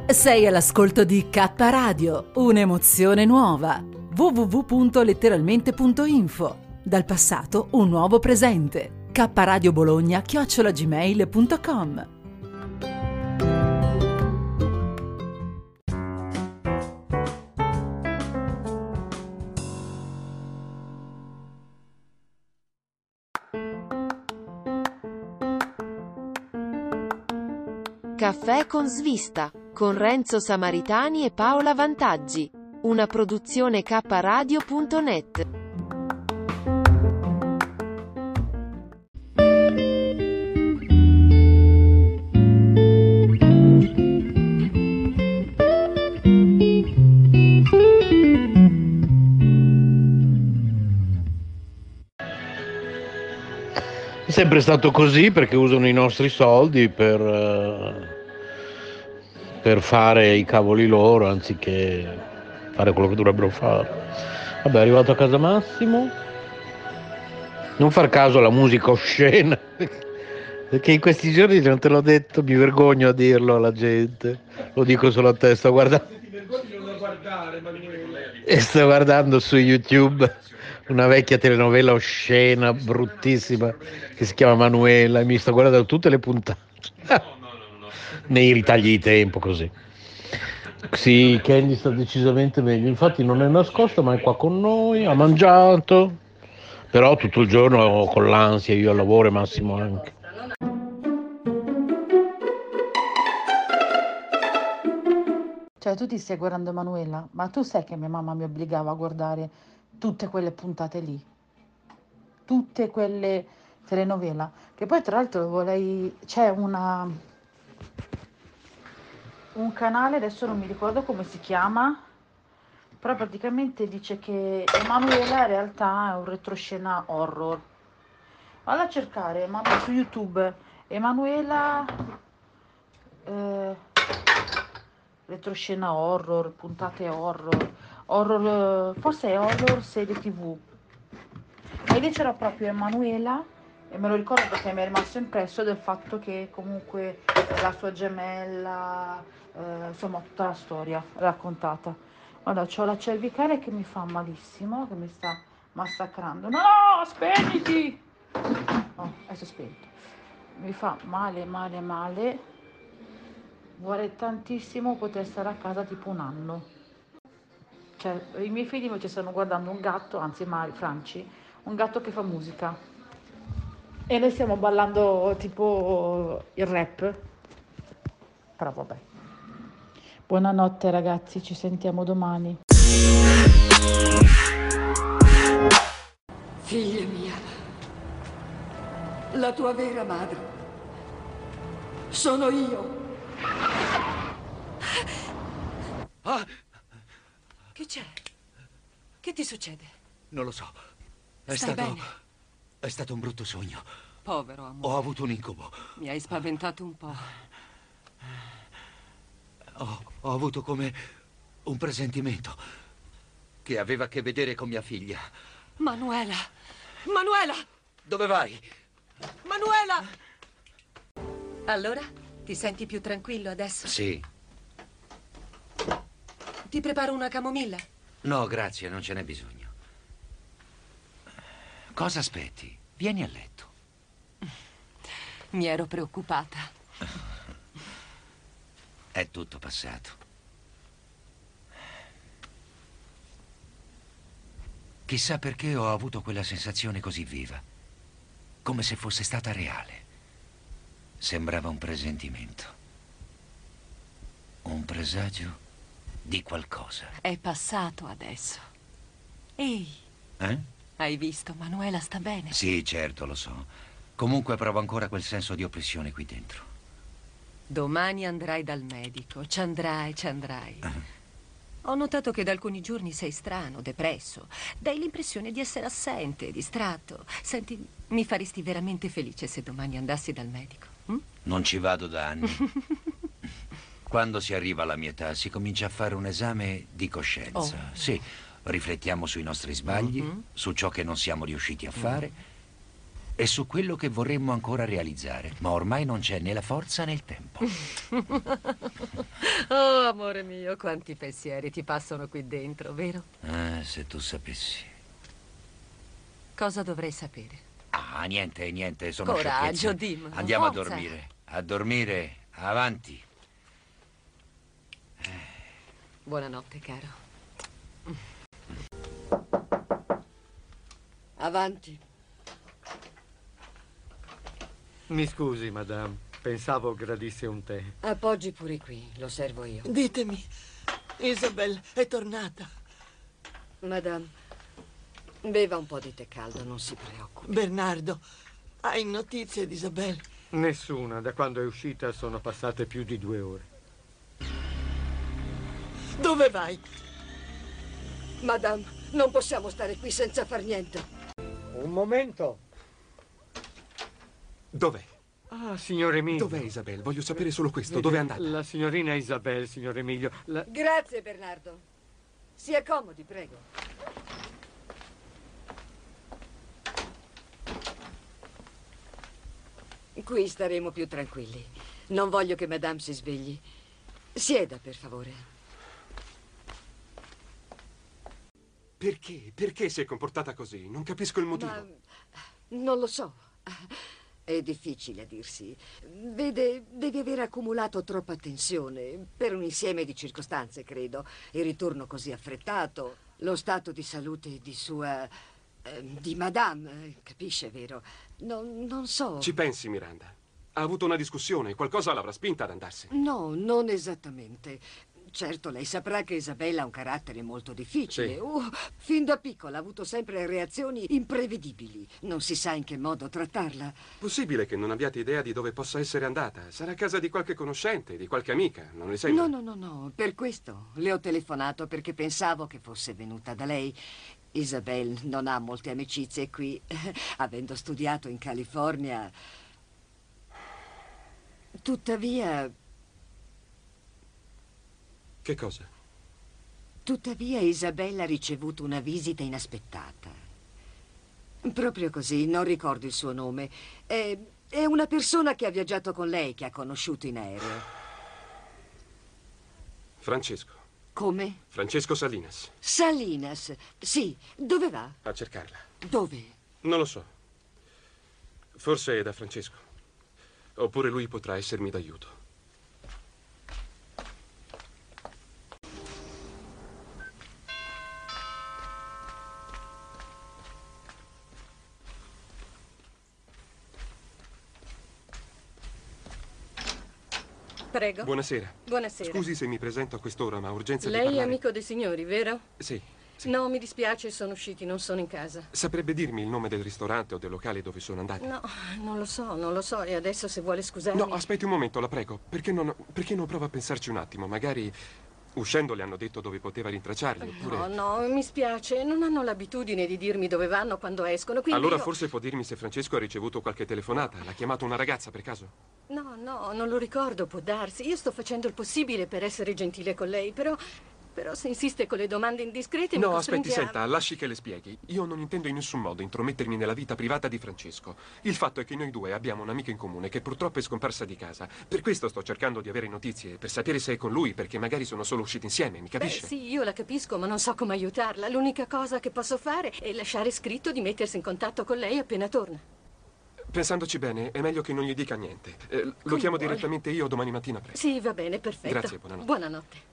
Sei all'ascolto di K Radio, un'emozione nuova. www.letteralmente.info. Dal passato un nuovo presente. kradiobologna@gmail.com. Caffè con svista, con Renzo Samaritani e Paola Vantaggi. Una produzione kradio.net. È sempre stato così perché usano i nostri soldi per fare i cavoli loro anziché fare quello che dovrebbero fare. Vabbè, è arrivato a casa Massimo. Non far caso alla musica oscena, perché in questi giorni, non te l'ho detto, mi vergogno a dirlo alla gente, lo dico solo a te, sto guardando e sto guardando su YouTube una vecchia telenovela oscena, bruttissima, che si chiama Manuela, e mi sto guardando tutte le puntate nei ritagli di tempo, così. Sì, Candy sta decisamente meglio, infatti non è nascosta, ma è qua con noi, ha mangiato, però tutto il giorno con l'ansia, io al lavoro e Massimo anche. Cioè, tu ti stai guardando Emanuela, ma tu sai che mia mamma mi obbligava a guardare tutte quelle puntate lì, tutte quelle telenovela, che poi tra l'altro c'è un canale, adesso non mi ricordo come si chiama, però praticamente dice che Emanuela in realtà è un retroscena horror. Vado a cercare su YouTube Emanuela retroscena horror, puntate horror, forse è horror serie TV. E lì c'era proprio Emanuela, e me lo ricordo perché mi è rimasto impresso del fatto che comunque la sua gemella, insomma tutta la storia raccontata. Guarda, c'ho la cervicale che mi fa malissimo, che mi sta massacrando. No, spegniti! Oh, adesso è spento. Mi fa male, male, male. Vorrei tantissimo poter stare a casa tipo un anno. Cioè, i miei figli invece stanno guardando un gatto, anzi Franci, un gatto che fa musica. E noi stiamo ballando tipo il rap. Però vabbè. Buonanotte ragazzi, ci sentiamo domani. Figlia mia, la tua vera madre sono io. Ah! Che c'è? Che ti succede? Non lo so. Stai bene? È stato un brutto sogno. Povero amore. Ho avuto un incubo. Mi hai spaventato un po'. Ho avuto come un presentimento che aveva a che vedere con mia figlia. Manuela! Manuela! Dove vai? Manuela! Allora, ti senti più tranquillo adesso? Sì. Ti preparo una camomilla? No, grazie, non ce n'è bisogno. Cosa aspetti? Vieni a letto. Mi ero preoccupata. È tutto passato. Chissà perché ho avuto quella sensazione così viva, come se fosse stata reale. Sembrava un presentimento, un presagio di qualcosa. È passato adesso. Ehi, hai visto? Manuela sta bene. Sì, certo, lo so. Comunque provo ancora quel senso di oppressione qui dentro. Domani andrai dal medico. Ci andrai. Ho notato che da alcuni giorni sei strano, depresso. Dai l'impressione di essere assente, distratto. Senti, mi faresti veramente felice se domani andassi dal medico. Non ci vado da anni. Quando si arriva alla mia età si comincia a fare un esame di coscienza. Sì, riflettiamo sui nostri sbagli, su ciò che non siamo riusciti a fare e su quello che vorremmo ancora realizzare. Ma ormai non c'è né la forza né il tempo. dopo. Oh, amore mio, quanti pensieri ti passano qui dentro, vero? Se tu sapessi. Cosa dovrei sapere? Ah, niente, sono Coraggio, sciocchezze. dimmelo, Andiamo a forza. dormire. A dormire, avanti. Buonanotte, caro. Avanti. Mi scusi, madame. Pensavo gradisse un tè. Appoggi pure qui, lo servo io. Ditemi, Isabel è tornata. Madame, beva un po' di tè caldo, non si preoccupi. Bernardo, hai notizie di Isabel? Nessuna. Da quando è uscita sono passate più di 2 ore. Dove vai? Madame, non possiamo stare qui senza far niente. Un momento. Dov'è? Ah, signor Emilio. Dov'è Isabel? Voglio sapere solo questo. Dove è andata? La signorina Isabel, signor Emilio. Grazie, Bernardo. Si accomodi, prego. Qui staremo più tranquilli. Non voglio che Madame si svegli. Sieda, per favore. Perché? Perché si è comportata così? Non capisco il motivo. Ma non lo so. È difficile a dirsi. Vede, devi aver accumulato troppa tensione per un insieme di circostanze, credo. Il ritorno così affrettato, lo stato di salute di sua... di Madame, capisce, vero? Non so. Ci pensi, Miranda? Ha avuto una discussione, qualcosa l'avrà spinta ad andarsene. No, non esattamente. Certo, lei saprà che Isabella ha un carattere molto difficile. Sì. Fin da piccola ha avuto sempre reazioni imprevedibili. Non si sa in che modo trattarla. Possibile che non abbiate idea di dove possa essere andata? Sarà a casa di qualche conoscente, di qualche amica, non le sembra? No. Per questo le ho telefonato, perché pensavo che fosse venuta da lei. Isabel non ha molte amicizie qui. Avendo studiato in California. Tuttavia... Che cosa? Tuttavia Isabella ha ricevuto una visita inaspettata. Proprio così, non ricordo il suo nome. È una persona che ha viaggiato con lei, che ha conosciuto in aereo. Francesco. Come? Francesco Salinas. Salinas. Sì, dove va? A cercarla. Dove? Non lo so. Forse è da Francesco. Oppure lui potrà essermi d'aiuto. Prego. Buonasera. Buonasera. Scusi se mi presento a quest'ora, ma ho urgenza di Lei è parlare. amico dei signori, vero? Sì. No, mi dispiace, sono usciti, non sono in casa. Saprebbe dirmi il nome del ristorante o del locale dove sono andati? No, non lo so. E adesso se vuole scusarmi... No, aspetti un momento, la prego. Perché non prova a pensarci un attimo? Magari uscendo le hanno detto dove poteva rintracciarli, oppure... No, mi spiace. Non hanno l'abitudine di dirmi dove vanno quando escono, quindi Allora io... forse può dirmi se Francesco ha ricevuto qualche telefonata. L'ha chiamato una ragazza per caso? No, non lo ricordo, può darsi. Io sto facendo il possibile per essere gentile con lei, però se insiste con le domande indiscrete mi No, costringe aspetti, a... senta, lasci che le spieghi. Io non intendo in nessun modo intromettermi nella vita privata di Francesco. Il fatto è che noi due abbiamo un'amica in comune che purtroppo è scomparsa di casa. Per questo sto cercando di avere notizie, per sapere se è con lui, perché magari sono solo usciti insieme, mi capisce? Sì, io la capisco, ma non so come aiutarla. L'unica cosa che posso fare è lasciare scritto di mettersi in contatto con lei appena torna. Pensandoci bene, è meglio che non gli dica niente. Lo chiamo vuole. direttamente io domani mattina presto. Sì, va bene, perfetto. Grazie, buonanotte. Buonanotte.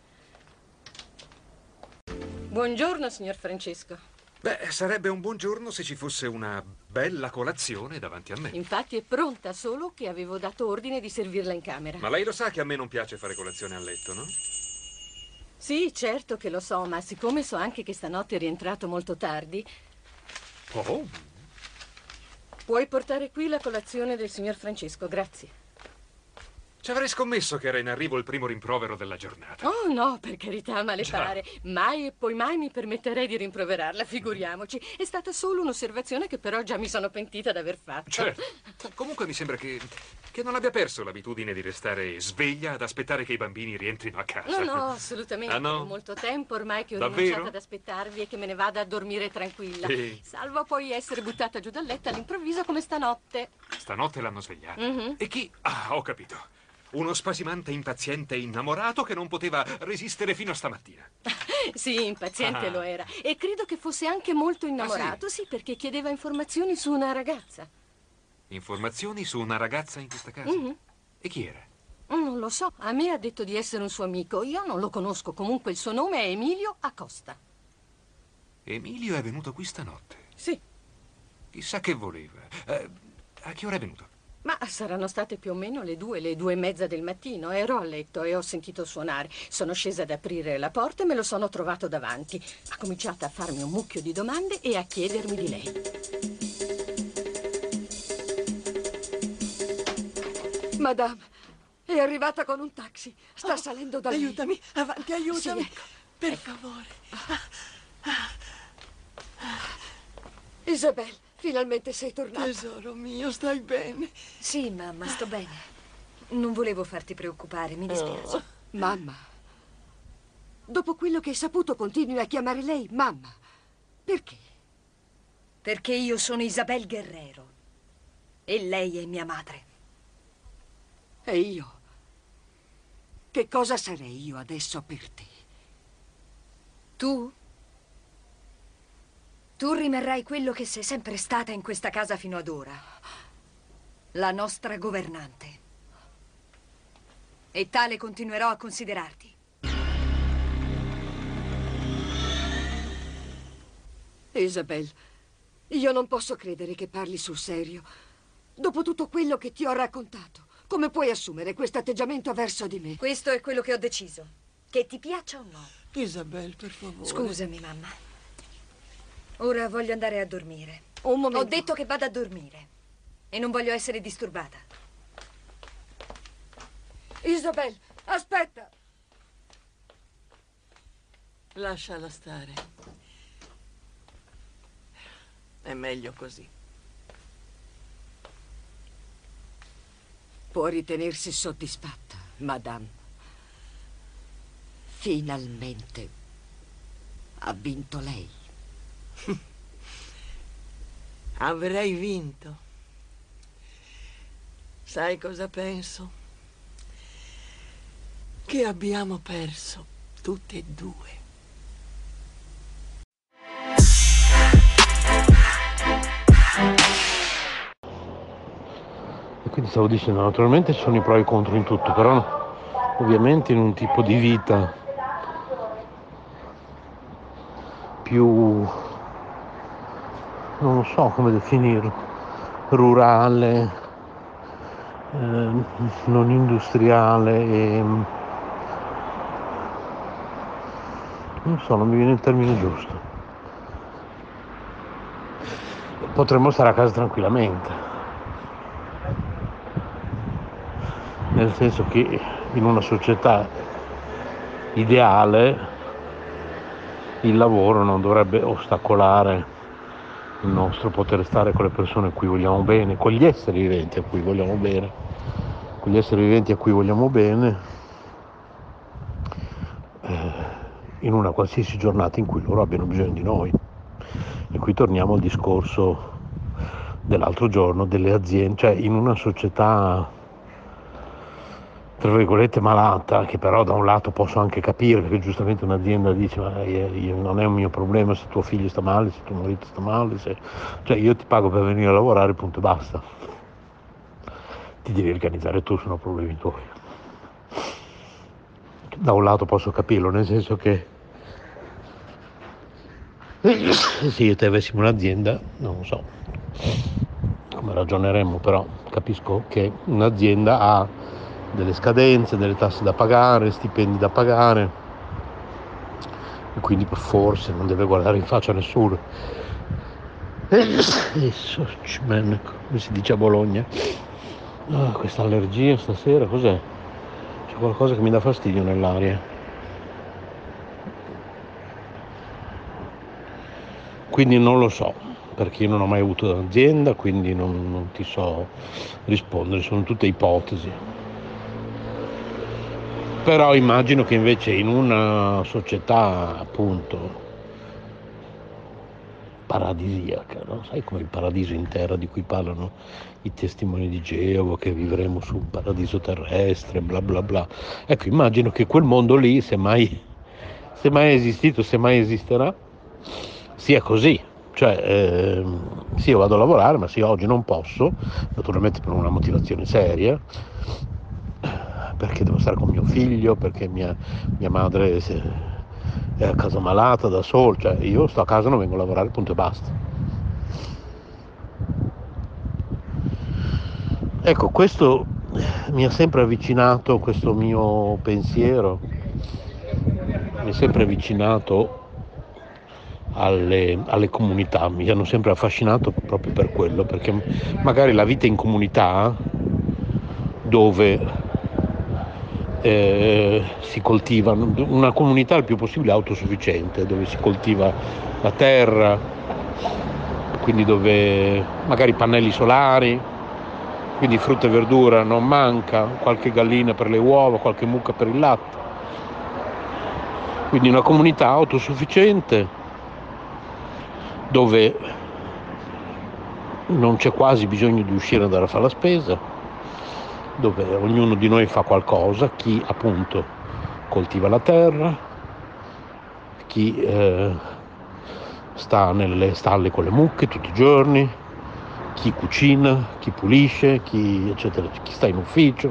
Buongiorno, signor Francesco. Beh, sarebbe un buon giorno se ci fosse una bella colazione davanti a me. Infatti è pronta, solo che avevo dato ordine di servirla in camera. Ma lei lo sa che a me non piace fare colazione a letto, no? Sì, certo che lo so, ma siccome so anche che stanotte è rientrato molto tardi... Oh, Puoi portare qui la colazione del signor Francesco, grazie. ci avrei scommesso che era in arrivo il primo rimprovero della giornata. Oh no, per carità, ma le Già. pare. Mai e poi mai mi permetterei di rimproverarla, figuriamoci. È stata solo un'osservazione che però già mi sono pentita d'aver fatto. Certo. Comunque mi sembra che non abbia perso l'abitudine di restare sveglia ad aspettare che i bambini rientrino a casa. No, assolutamente. Ah, no? Ho molto tempo ormai che ho Davvero? rinunciato ad aspettarvi e che me ne vada a dormire tranquilla. Sì. Salvo poi essere buttata giù dal letto all'improvviso come stanotte. Stanotte l'hanno svegliata. Mhm. E chi? Ah, ho capito. Uno spasimante, impaziente, innamorato che non poteva resistere fino a stamattina. Sì, impaziente lo era. E credo che fosse anche molto innamorato, sì, perché chiedeva informazioni su una ragazza. Informazioni su una ragazza in questa casa? E chi era? Non lo so. A me ha detto di essere un suo amico. Io non lo conosco. Comunque il suo nome è Emilio Acosta. Emilio è venuto qui stanotte? Sì. Chissà che voleva. A che ora è venuto? Ma saranno state più o meno le 2, le 2:30 del mattino. Ero a letto e ho sentito suonare. Sono scesa ad aprire la porta e me lo sono trovato davanti. Ha cominciato a farmi un mucchio di domande e a chiedermi di lei. Madame, è arrivata con un taxi. Sta salendo da lì. Aiutami, avanti, aiutami. Sì, ecco. Per favore. Isabel, finalmente sei tornata. Tesoro mio, stai bene? Sì, mamma, sto bene. Non volevo farti preoccupare, mi dispiace. Mamma, dopo quello che hai saputo continui a chiamare lei mamma. Perché? Perché io sono Isabel Guerrero e lei è mia madre. E io? Che cosa sarei io adesso per te? Tu? Tu rimarrai quello che sei sempre stata in questa casa fino ad ora. La nostra governante. E tale continuerò a considerarti. Isabel, io non posso credere che parli sul serio. Dopo tutto quello che ti ho raccontato, come puoi assumere questo atteggiamento verso di me? Questo è quello che ho deciso. Che ti piaccia o no. Isabel, per favore. Scusami, mamma. Ora voglio andare a dormire. Un momento. Ho detto che vado a dormire. E non voglio essere disturbata. Isabel, aspetta! Lasciala stare. È meglio così. Può ritenersi soddisfatta, madame. Finalmente ha vinto lei. Avrei vinto. Sai cosa penso? Che abbiamo perso tutte e due. E quindi stavo dicendo, naturalmente ci sono i pro e i contro in tutto, però ovviamente in un tipo di vita più, non lo so come definirlo, rurale, non industriale e non so, non mi viene il termine giusto. Potremmo stare a casa tranquillamente, nel senso che in una società ideale il lavoro non dovrebbe ostacolare il nostro poter stare con le persone a cui vogliamo bene, con gli esseri viventi a cui vogliamo bene, con gli esseri viventi a cui vogliamo bene, in una qualsiasi giornata in cui loro abbiano bisogno di noi. E qui torniamo al discorso dell'altro giorno delle aziende, cioè in una società tra virgolette malata, che però da un lato posso anche capire, perché giustamente un'azienda dice ma non è un mio problema se tuo figlio sta male, se tuo marito sta male, cioè io ti pago per venire a lavorare, punto e basta, ti devi organizzare tu, sono problemi tuoi. Da un lato posso capirlo, nel senso che se io e te avessimo un'azienda, non lo so come ragioneremmo, però capisco che un'azienda ha delle scadenze, delle tasse da pagare, stipendi da pagare e quindi forse non deve guardare in faccia a nessuno. Come si dice a Bologna? Questa allergia stasera, cos'è? C'è qualcosa che mi dà fastidio nell'aria. Quindi non lo so, perché io non ho mai avuto un'azienda, quindi non ti so rispondere, sono tutte ipotesi. Però immagino che invece in una società appunto paradisiaca, no? Sai, come il paradiso in terra di cui parlano i testimoni di Geova, che vivremo su un paradiso terrestre, bla bla bla. Ecco, immagino che quel mondo lì, se mai è esistito, se mai esisterà, sia così. Cioè, sì, io vado a lavorare, ma sì, oggi non posso, naturalmente per una motivazione seria, perché devo stare con mio figlio, perché mia madre è a casa malata da sola, cioè io sto a casa, non vengo a lavorare, punto e basta. Ecco, questo mi ha sempre avvicinato, questo mio pensiero mi è sempre avvicinato alle comunità, mi hanno sempre affascinato proprio per quello, perché magari la vita in comunità, dove si coltiva una comunità il più possibile autosufficiente, dove si coltiva la terra, quindi dove magari pannelli solari, quindi frutta e verdura non manca, qualche gallina per le uova, qualche mucca per il latte, quindi una comunità autosufficiente dove non c'è quasi bisogno di uscire ad andare a fare la spesa, dove ognuno di noi fa qualcosa, chi appunto coltiva la terra, chi sta nelle stalle con le mucche tutti i giorni, chi cucina, chi pulisce, chi eccetera, chi sta in ufficio.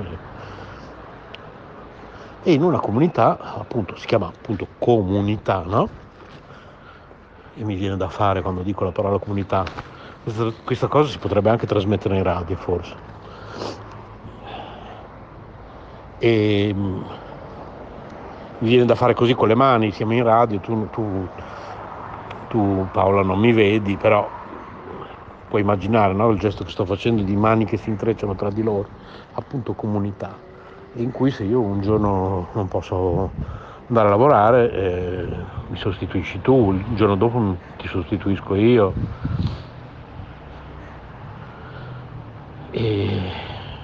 E in una comunità, appunto, si chiama appunto comunità, no? E mi viene da fare quando dico la parola comunità, questa cosa si potrebbe anche trasmettere in radio forse. E mi viene da fare così con le mani, siamo in radio, tu Paola non mi vedi, però puoi immaginare, no? Il gesto che sto facendo di mani che si intrecciano tra di loro, appunto comunità, in cui se io un giorno non posso andare a lavorare, mi sostituisci tu, il giorno dopo ti sostituisco io. E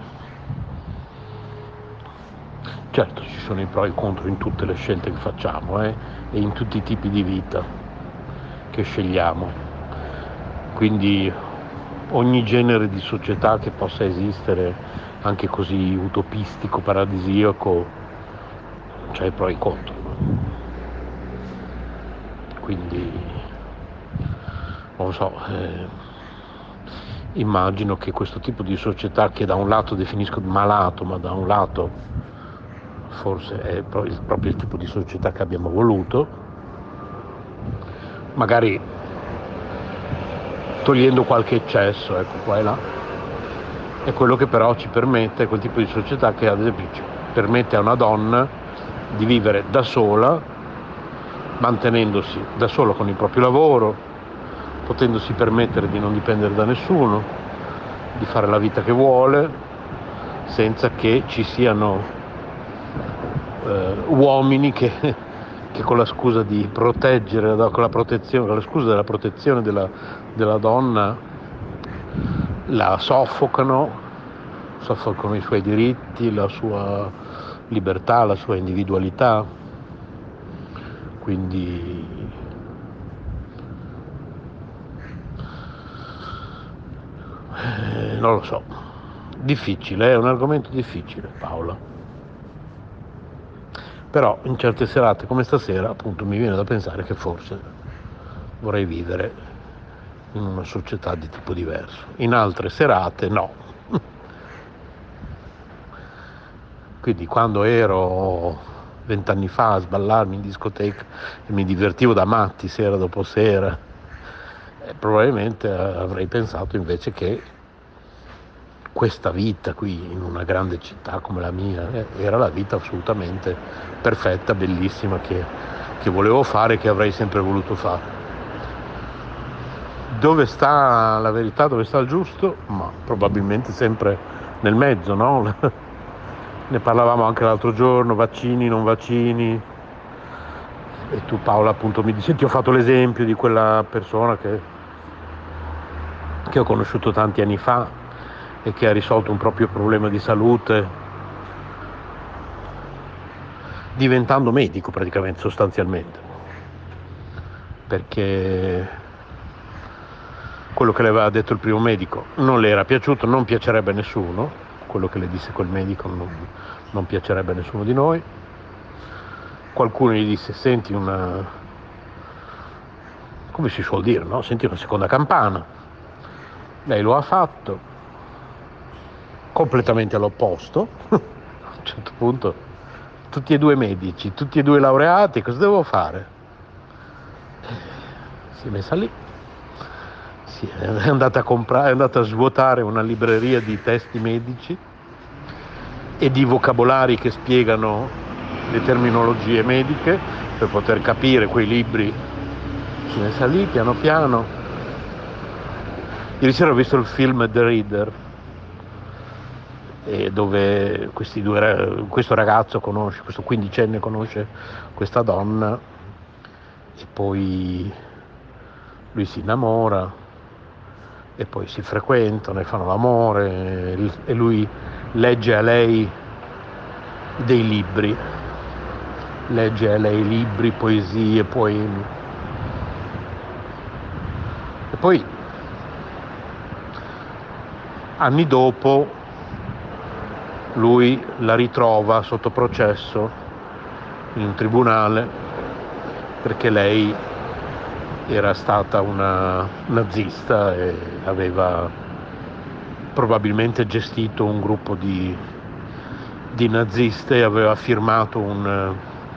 certo, ci sono i pro e i contro in tutte le scelte che facciamo, e in tutti i tipi di vita che scegliamo. Quindi ogni genere di società che possa esistere, anche così utopistico, paradisiaco, c'è i pro e i contro. Quindi, non so, immagino che questo tipo di società, che da un lato definisco malato, ma da un lato forse è proprio il tipo di società che abbiamo voluto, magari togliendo qualche eccesso, ecco, qua e là, è quello che però ci permette, quel tipo di società che ad esempio ci permette a una donna di vivere da sola, mantenendosi da sola con il proprio lavoro, potendosi permettere di non dipendere da nessuno, di fare la vita che vuole, senza che ci siano uomini che con la scusa di proteggere, con la scusa della protezione della donna, la soffocano i suoi diritti, la sua libertà, la sua individualità. Quindi non lo so, difficile, è un argomento difficile, Paola. Però in certe serate come stasera, appunto, mi viene da pensare che forse vorrei vivere in una società di tipo diverso. In altre serate no. Quindi quando ero 20 anni fa a sballarmi in discoteca e mi divertivo da matti sera dopo sera, probabilmente avrei pensato invece che questa vita qui in una grande città come la mia era la vita assolutamente perfetta, bellissima, che volevo fare e che avrei sempre voluto fare. Dove sta la verità, dove sta il giusto? Ma probabilmente sempre nel mezzo, no? Ne parlavamo anche l'altro giorno, vaccini, non vaccini, e tu Paola appunto mi dici, ti ho fatto l'esempio di quella persona che ho conosciuto tanti anni fa e che ha risolto un proprio problema di salute diventando medico praticamente, sostanzialmente, perché quello che le aveva detto il primo medico non le era piaciuto, non piacerebbe a nessuno, quello che le disse quel medico non piacerebbe a nessuno di noi. Qualcuno gli disse: senti una, come si suol dire, no? Senti una seconda campana. Lei lo ha fatto, completamente all'opposto. A un certo punto, tutti e due medici, tutti e due laureati, cosa devo fare? Si è messa lì, è andata a svuotare una libreria di testi medici e di vocabolari che spiegano le terminologie mediche per poter capire quei libri. Si è messa lì piano piano. Ieri sera ho visto il film The Reader, dove questo ragazzo conosce, questo quindicenne conosce questa donna e poi lui si innamora e poi si frequentano e fanno l'amore e lui legge a lei dei libri, poesie, poemi. E poi anni dopo lui la ritrova sotto processo in un tribunale perché lei era stata una nazista e aveva probabilmente gestito un gruppo di naziste e aveva firmato un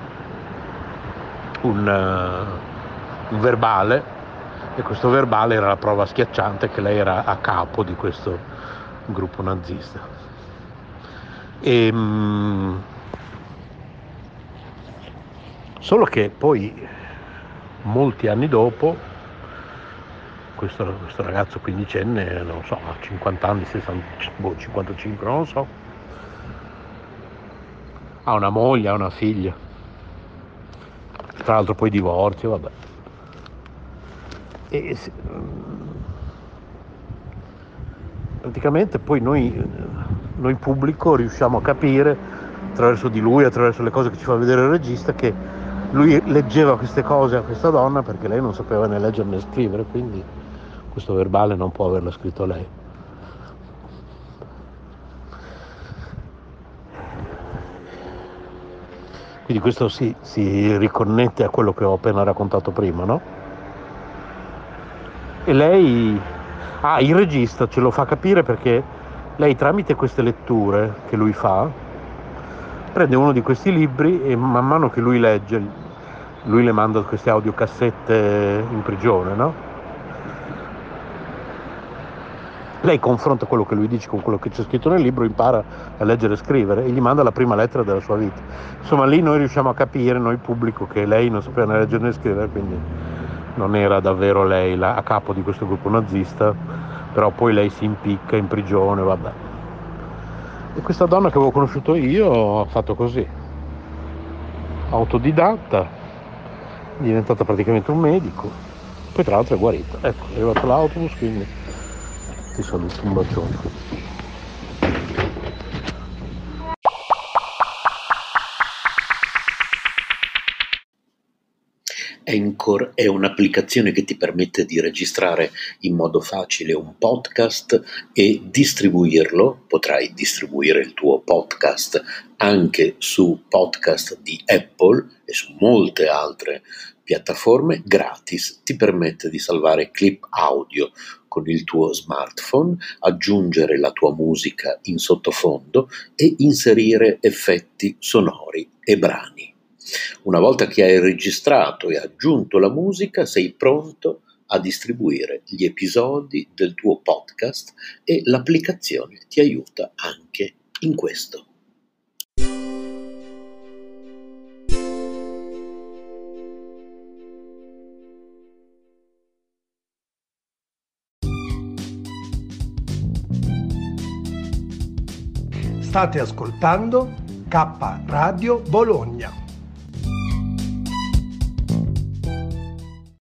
verbale, e questo verbale era la prova schiacciante che lei era a capo di questo gruppo nazista. Solo che poi molti anni dopo questo ragazzo quindicenne, non so, ha 50 anni, 60, 55, non lo so, ha una moglie, ha una figlia, tra l'altro poi divorzio, vabbè. Praticamente poi noi pubblico riusciamo a capire attraverso di lui, attraverso le cose che ci fa vedere il regista, che lui leggeva queste cose a questa donna perché lei non sapeva né leggere né scrivere, quindi questo verbale non può averlo scritto lei. Quindi questo si riconnette a quello che ho appena raccontato prima, no? E lei, il regista ce lo fa capire perché lei, tramite queste letture che lui fa, prende uno di questi libri e man mano che lui legge, lui le manda queste audiocassette in prigione, no? Lei confronta quello che lui dice con quello che c'è scritto nel libro, impara a leggere e scrivere e gli manda la prima lettera della sua vita. Insomma, lì noi riusciamo a capire, noi pubblico, che lei non sapeva né leggere né scrivere, quindi non era davvero lei a capo di questo gruppo nazista, però poi lei si impicca in prigione, vabbè. E questa donna che avevo conosciuto io ha fatto così, autodidatta, è diventata praticamente un medico, poi tra l'altro è guarita. Ecco, è arrivato l'autobus, quindi ti saluto, un bacione. Anchor è un'applicazione che ti permette di registrare in modo facile un podcast e distribuirlo. Potrai distribuire il tuo podcast anche su podcast di Apple e su molte altre piattaforme gratis. Ti permette di salvare clip audio con il tuo smartphone, aggiungere la tua musica in sottofondo e inserire effetti sonori e brani. Una volta che hai registrato e aggiunto la musica, sei pronto a distribuire gli episodi del tuo podcast e l'applicazione ti aiuta anche in questo. State ascoltando K Radio Bologna.